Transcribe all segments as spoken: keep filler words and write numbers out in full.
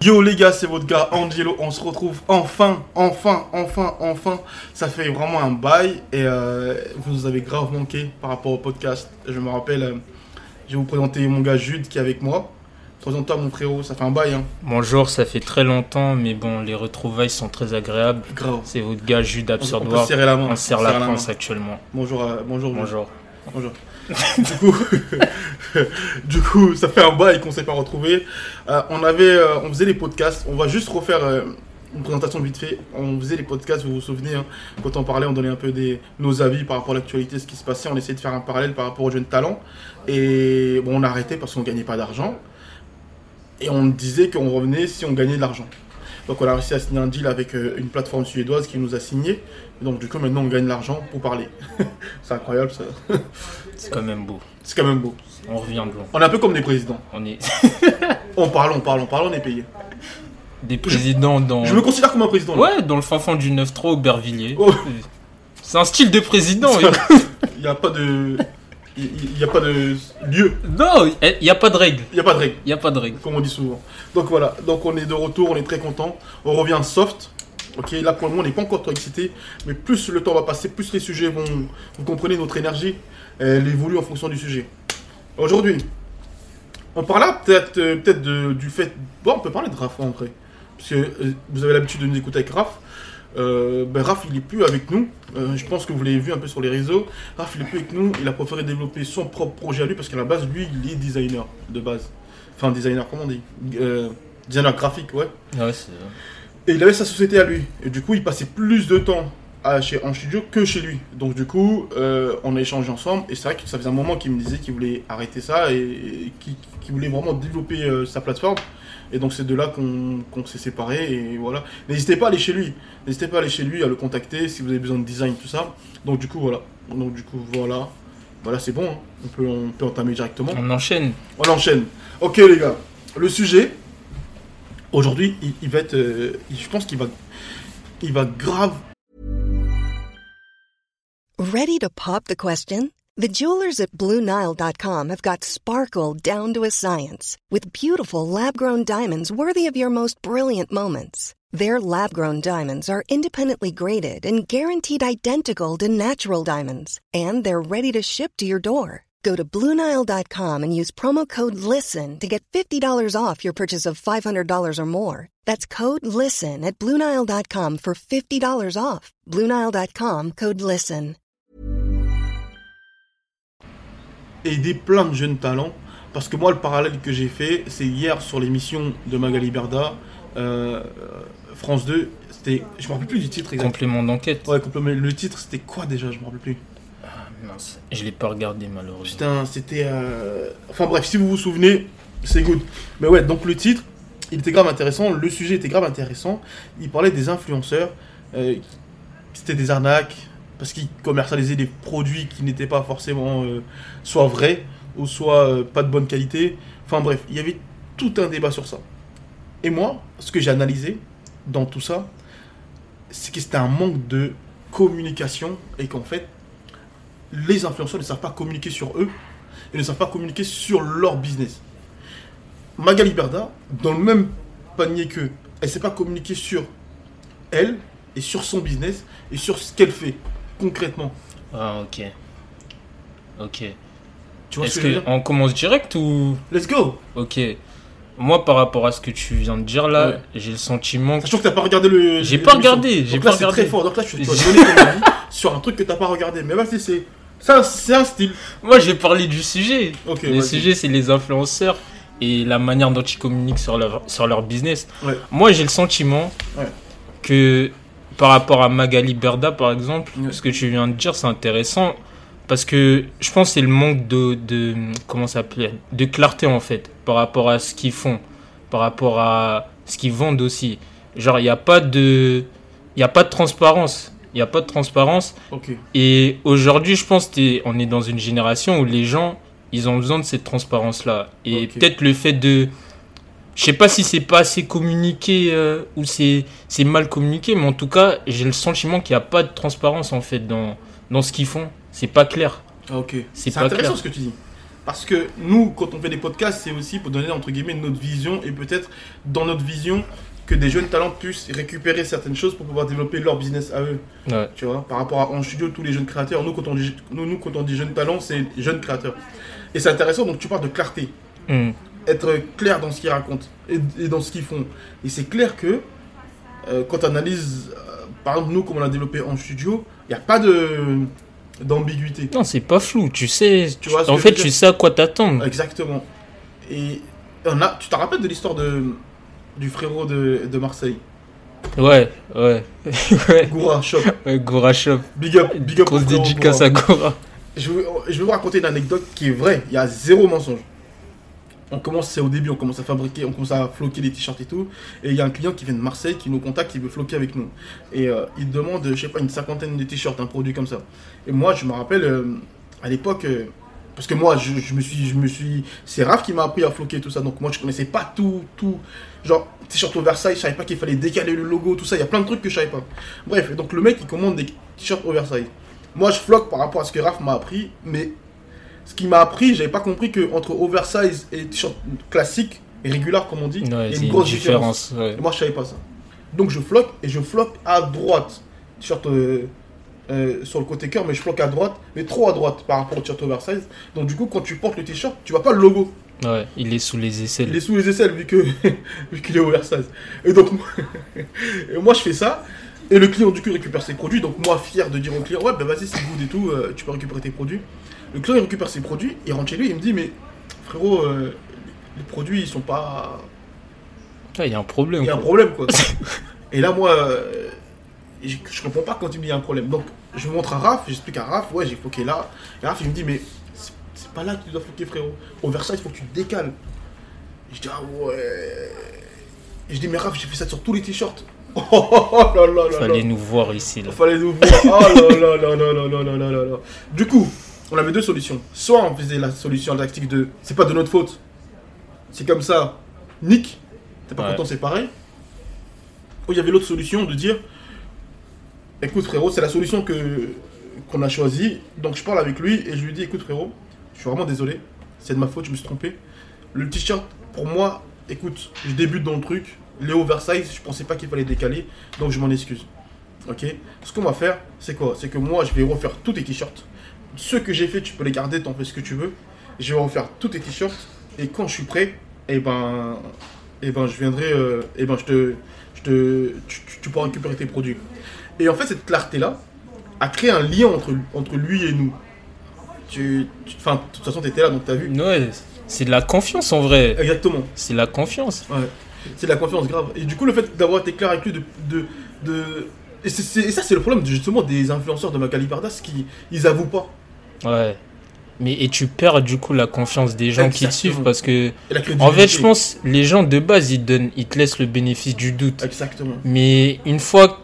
Yo les gars, c'est votre gars Angelo, on se retrouve enfin, enfin, enfin, enfin. Ça fait vraiment un bail et euh, vous nous avez grave manqué par rapport au podcast. Je me rappelle, euh, je vais vous présenter mon gars Jude qui est avec moi. Présente-toi mon frérot, ça fait un bail hein. Bonjour, ça fait très longtemps, mais bon, les retrouvailles sont très agréables. Grave. C'est votre gars Jude Absurdoir. On peut serrer la main. On serre la France actuellement. Bonjour, euh, bonjour. Bonjour. Bonjour. du coup, du coup, ça fait un bail qu'on s'est pas retrouvé. Euh, on avait, euh, on faisait les podcasts. On va juste refaire euh, une présentation vite fait. On faisait les podcasts, vous vous souvenez hein, quand on parlait, on donnait un peu des, nos avis par rapport à l'actualité, ce qui se passait. On essayait de faire un parallèle par rapport aux jeunes talents. Et bon, on a arrêté parce qu'on gagnait pas d'argent. Et on disait qu'on revenait si on gagnait de l'argent. Donc on a réussi à signer un deal avec euh, une plateforme suédoise qui nous a signé. Donc du coup maintenant on gagne de l'argent pour parler. C'est incroyable ça. C'est quand même beau. C'est quand même beau. On revient de loin. On est un peu comme des présidents. On est On parle, on parle, on parle, on est payé. des présidents dans... Je me considère comme un président. Là. Ouais, dans le fin fond du neuf trois Aubervilliers. Oh. C'est un style de président. Il n'y a pas de... Il n'y a pas de lieu. Non, il n'y a pas de règle. Il n'y a pas de règle. Il n'y a pas de règle. Comme on dit souvent. Donc voilà, donc on est de retour, on est très content. On revient soft. Ok, là pour le moment on n'est pas encore trop excité, mais plus le temps va passer, plus les sujets vont, vous comprenez, notre énergie, elle évolue en fonction du sujet. Aujourd'hui, on parlera peut-être euh, peut-être de, du fait, bon on peut parler de Raph en vrai, parce que euh, vous avez l'habitude de nous écouter avec Raph. Euh, ben Raph il est plus avec nous, euh, je pense que vous l'avez vu un peu sur les réseaux. Raph il est plus avec nous, il a préféré développer son propre projet à lui parce qu'à la base lui il est designer de base, enfin designer comment on dit, euh, designer graphique ouais. Ouais c'est vrai. Et il avait sa société à lui. Et du coup, il passait plus de temps à, chez, en studio que chez lui. Donc du coup, euh, on a échangé ensemble. Et c'est vrai que ça faisait un moment qu'il me disait qu'il voulait arrêter ça et, et qu'il, qu'il voulait vraiment développer euh, sa plateforme. Et donc c'est de là qu'on, qu'on s'est séparés. Et voilà. N'hésitez pas à aller chez lui. N'hésitez pas à aller chez lui, à le contacter si vous avez besoin de design, tout ça. Donc du coup, voilà. Donc du coup, voilà. Voilà, c'est bon. Hein. On peut, on peut entamer directement. On enchaîne. On enchaîne. Ok les gars. Le sujet... Aujourd'hui, il, il va être, euh, je pense qu'il va, il va grave. Ready to pop the question? The jewelers at Blue Nile dot com have got sparkle down to a science with beautiful lab-grown diamonds worthy of your most brilliant moments. Their lab-grown diamonds are independently graded and guaranteed identical to natural diamonds, and they're ready to ship to your door. Go to Blue Nile dot com and use promo code LISTEN to get fifty dollars off your purchase of five hundred dollars or more. That's code LISTEN at Blue Nile dot com for fifty dollars off. Blue Nile dot com, code LISTEN. Aider plein de jeunes talents. Parce que moi, le parallèle que j'ai fait, c'est hier sur l'émission de Magali Berda, euh, France deux. C'était, je me rappelle plus du titre exact. Complément d'enquête. Ouais, complément. Le titre, c'était quoi déjà? Je me rappelle plus. Mince, je l'ai pas regardé malheureusement. Putain, c'était... Euh... Enfin bref, si vous vous souvenez, c'est good. Mais ouais, donc le titre, il était grave intéressant, le sujet était grave intéressant. Il parlait des influenceurs, euh, c'était des arnaques, parce qu'ils commercialisaient des produits qui n'étaient pas forcément euh, soit vrais, ou soit euh, pas de bonne qualité. Enfin bref, il y avait tout un débat sur ça. Et moi, ce que j'ai analysé dans tout ça, c'est que c'était un manque de communication, et qu'en fait, les influenceurs ne savent pas communiquer sur eux et ne savent pas communiquer sur leur business. Magali Berda, dans le même panier qu'eux, elle ne sait pas communiquer sur elle et sur son business et sur ce qu'elle fait concrètement. Ah ok. Ok. Tu vois Est-ce ce que je veux dire ? qu'on commence direct ou... Let's go. Ok. Moi par rapport à ce que tu viens de dire là, Ouais. j'ai le sentiment que... Sachant que tu n'as pas regardé le... J'ai pas regardé, Donc j'ai là, pas c'est regardé. très fort. Donc là, tu dois donner ton avis sur un truc que tu n'as pas regardé. Mais vas-y, c'est... Ça, c'est un style. Moi j'ai parlé du sujet. Ok, le vas-y. sujet c'est les influenceurs et la manière dont ils communiquent sur leur, sur leur business. Ouais. Moi j'ai le sentiment Ouais. que par rapport à Magali Berda par exemple, Ouais. ce que tu viens de dire c'est intéressant parce que je pense que c'est le manque de, de comment ça s'appelle, de clarté en fait par rapport à ce qu'ils font, par rapport à ce qu'ils vendent aussi. Genre il n'y a pas de il y a pas de transparence. Il n'y a pas de transparence. Ok. Et aujourd'hui, je pense qu'on est dans une génération où les gens, ils ont besoin de cette transparence-là. Et Ok. peut-être le fait de... Je sais pas si c'est pas assez communiqué euh, ou c'est, c'est mal communiqué, mais en tout cas, j'ai le sentiment qu'il n'y a pas de transparence en fait dans, dans ce qu'ils font. C'est pas clair. Ah, ok. C'est C'est pas intéressant clair. ce que tu dis. Parce que nous, quand on fait des podcasts, c'est aussi pour donner entre guillemets notre vision et peut-être dans notre vision que des jeunes talents puissent récupérer certaines choses pour pouvoir développer leur business à eux. Ouais. Tu vois, par rapport à en studio, tous les jeunes créateurs, nous quand on dit, nous, nous, quand on dit jeunes talents, c'est jeunes créateurs. Et c'est intéressant, donc tu parles de clarté. Mm. Être clair dans ce qu'ils racontent et, et dans ce qu'ils font. Et c'est clair que euh, quand tu analyses, euh, par exemple, nous, comme on a développé en studio, il n'y a pas de, d'ambiguïté. Non, c'est pas flou, tu sais. Tu vois ce en que fait, je veux tu dire sais à quoi t'attendre. Exactement. Et on a, tu te rappelles de l'histoire de, du frérot de, de Marseille, Ouais, ouais. ouais. Goura Shop. Ouais, Gora Shop. Big up, big up. Grosse au frérot dédicace Goura. à Gora. Je vais, je vais vous raconter une anecdote qui est vraie. Il y a zéro mensonge. On commence, c'est au début, on commence à fabriquer, on commence à floquer des t-shirts et tout. Et il y a un client qui vient de Marseille, qui nous contacte, qui veut floquer avec nous. Et euh, il demande, je sais pas, une cinquantaine de t-shirts, un produit comme ça. Et moi, je me rappelle, euh, à l'époque, euh, parce que moi, je, je me suis, je me suis, c'est Raph qui m'a appris à floquer tout ça. Donc moi, je connaissais pas tout, tout. Genre, t-shirt oversize, je savais pas qu'il fallait décaler le logo, tout ça. Il y a plein de trucs que je savais pas. Bref, et donc le mec, il commande des t-shirts oversize. Moi, je floque par rapport à ce que Raph m'a appris, mais ce qui m'a appris, j'avais pas compris que entre oversize et t-shirt classique et régulier, comme on dit, Ouais, il y a c'est une une grosse différence. différence. Ouais. Et moi, je savais pas ça. Donc, je floque et je floque à droite. T-shirt euh, euh, sur le côté cœur, mais je floque à droite, mais trop à droite par rapport au t-shirt oversize. Donc, du coup, quand tu portes le t-shirt, tu vois pas le logo. Ouais, il est sous les aisselles. Il est sous les aisselles vu que vu qu'il est oversize. Et donc, moi, et moi, je fais ça. Et le client, du coup, récupère ses produits. Donc, moi, fier de dire au client, ouais, ben vas-y, c'est good et tout, euh, tu peux récupérer tes produits. Le client, il récupère ses produits, il rentre chez lui, il me dit, mais frérot, euh, les produits, ils sont pas. Ah, il y a un problème. Il y a un quoi. problème, quoi. Et là, moi, euh, je, je comprends pas quand il me dit il y a un problème. Donc, je montre à Raph, j'explique à Raph, ouais, j'ai floqué là. Et Raph, il me dit, mais c'est, c'est pas là que tu dois floquer, frérot. Oversize, il faut que tu te décales. Et je dis, ah ouais. Et je dis, mais Raph, j'ai fait ça sur tous les t-shirts. Oh là là là Fallait là. nous voir ici. Là. Fallait nous voir. Oh là là là là là là là là là là. Du coup, on avait deux solutions. Soit on faisait la solution tactique de c'est pas de notre faute, c'est comme ça, nique, t'es pas Ouais. content, c'est pareil. Ou il y avait l'autre solution de dire écoute frérot, c'est la solution que qu'on a choisie. Donc je parle avec lui et je lui dis écoute frérot, je suis vraiment désolé, c'est de ma faute, je me suis trompé. Le t-shirt, pour moi, écoute, je débute dans le truc. Les oversize, je pensais pas qu'il fallait décaler, donc je m'en excuse. Ok. Ce qu'on va faire, c'est quoi? C'est que moi, je vais refaire tous tes t-shirts. Ceux que j'ai fait, tu peux les garder, t'en fais ce que tu veux. Je vais refaire tous tes t-shirts, et quand je suis prêt, et ben, et ben, je viendrai, euh, et ben, je te, je te, tu, tu- tu pourras récupérer tes produits. Et en fait, cette clarté-là a créé un lien entre, entre lui et nous. Tu, tu- enfin, de toute façon, t'étais là, donc t'as vu. Ouais, c'est de la confiance en vrai. Exactement. C'est de la confiance. Ouais. C'est de la confiance grave. Et du coup, le fait d'avoir été clair avec lui, de. de, de... Et, c'est, c'est- et ça, c'est le problème justement des influenceurs de Magali Bardas qui ils avouent pas. Ouais. Mais et tu perds du coup la confiance des gens qui te Exactement. suivent parce que Et la en crédibilité. fait je pense les gens de base ils te donnent ils te laissent le bénéfice du doute. Exactement. Mais une fois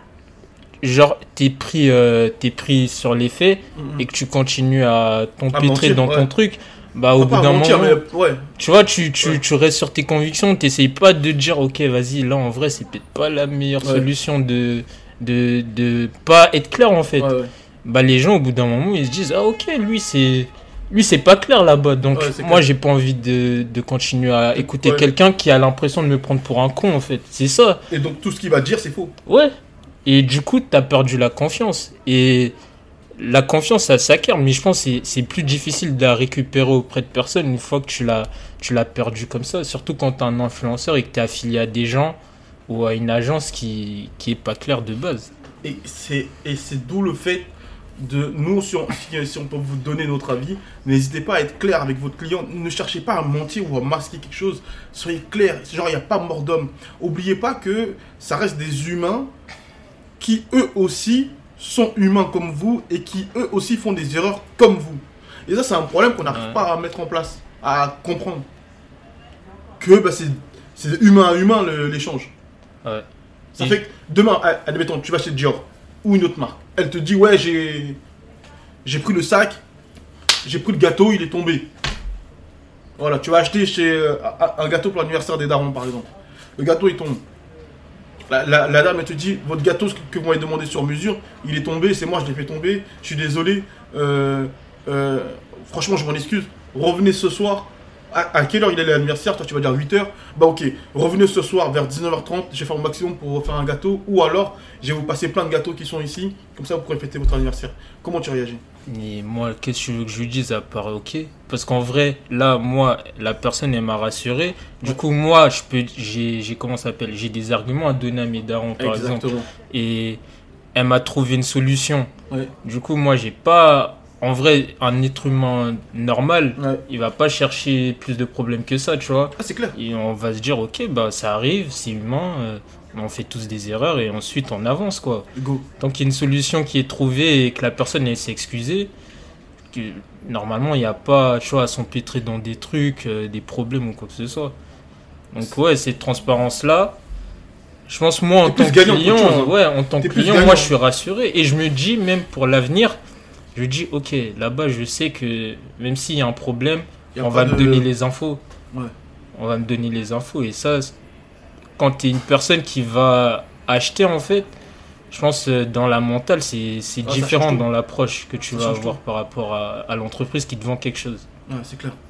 genre t'es pris euh, t'es pris sur les faits Mhm. et que tu continues à t'empêtrer mentir, dans ton ouais. truc, bah au Pas bout d'un mentir, moment mais ouais. tu vois tu tu, Ouais. tu restes sur tes convictions, t'essayes pas de te dire ok vas-y là en vrai c'est peut-être pas la meilleure Ouais. solution de de de pas être clair en fait. Ouais, ouais. Bah les gens au bout d'un moment ils se disent ah ok lui c'est lui c'est pas clair là-bas donc Ouais, c'est moi clair. j'ai pas envie de, de continuer à écouter Ouais. quelqu'un qui a l'impression de me prendre pour un con en fait, c'est ça. Et donc tout ce qu'il va dire, c'est faux. Ouais. Et du coup t'as perdu la confiance et la confiance ça s'acquiert mais je pense que c'est, c'est plus difficile de la récupérer auprès de personne une fois que tu l'as tu l'as perdu comme ça, surtout quand t'es un influenceur et que t'es affilié à des gens ou à une agence qui qui est pas claire de base. Et c'est, et c'est d'où le fait de nous, si on, si, si on peut vous donner notre avis, n'hésitez pas à être clair avec votre client. Ne cherchez pas à mentir ou à masquer quelque chose. Soyez clair. Genre, il n'y a pas mort d'homme. Oubliez pas que ça reste des humains qui, eux aussi, sont humains comme vous et qui, eux aussi, font des erreurs comme vous. Et ça, c'est un problème qu'on n'arrive Ouais. pas à mettre en place, à comprendre. Que bah, c'est, c'est humain à humain le- l'échange. Ouais. Ça Et- fait que demain, a- admettons, tu vas chez Dior ou une autre marque. Elle te dit ouais j'ai j'ai pris le sac, j'ai pris le gâteau, il est tombé. Voilà, tu vas acheter chez euh, un un gâteau pour l'anniversaire des darons par exemple. Le gâteau il tombe. La, la- la dame elle te dit votre gâteau ce que, que vous m'avez demandé sur mesure, il est tombé, c'est moi je l'ai fait tomber, je suis désolé. euh, euh, franchement je m'en excuse. revenez ce soir. À, à quelle heure il est l'anniversaire? Toi tu vas dire huit heures. Bah ok, revenez ce soir vers dix-neuf heures trente, je vais faire mon maximum pour faire un gâteau. Ou alors, je vais vous passer plein de gâteaux qui sont ici. Comme ça vous pourrez fêter votre anniversaire. Comment tu réagis? Et moi, qu'est-ce que tu veux que je lui dise à part ok? Parce qu'en vrai, là, moi, la personne, elle m'a rassuré. Du coup, moi, je peux, j'ai, j'ai, comment ça s'appelle? J'ai des arguments à donner à mes darons, par Exactement. exemple. Et elle m'a trouvé une solution. Ouais. Du coup, moi, j'ai pas... En vrai, un être humain normal, Ouais. il va pas chercher plus de problèmes que ça, tu vois. Ah c'est clair. Et on va se dire, ok, bah ça arrive, c'est humain, euh, on fait tous des erreurs et ensuite on avance, quoi. Go. Tant qu'il y a une solution qui est trouvée et que la personne elle s'est excusée, que normalement il n'y a pas, tu vois, à s'empêtrer dans des trucs, euh, des problèmes ou quoi que ce soit. Donc ouais, cette transparence-là, je pense moi en T'es tant plus que gagnant client, qu'autre chose, hein. ouais, en tant que T'es plus client, gagnant. moi je suis rassuré et je me dis même pour l'avenir, je dis ok, là-bas je sais que même s'il y a un problème, Y a on pas va de- me donner les infos. Ouais. On va me donner les infos et ça, c'est- quand tu es une personne qui va acheter en fait, je pense euh, dans la mentale c'est, c'est Ah, ça différent change tout. dans l'approche que tu Ça vas change avoir tout. par rapport à, à l'entreprise qui te vend quelque chose. Ouais, c'est clair.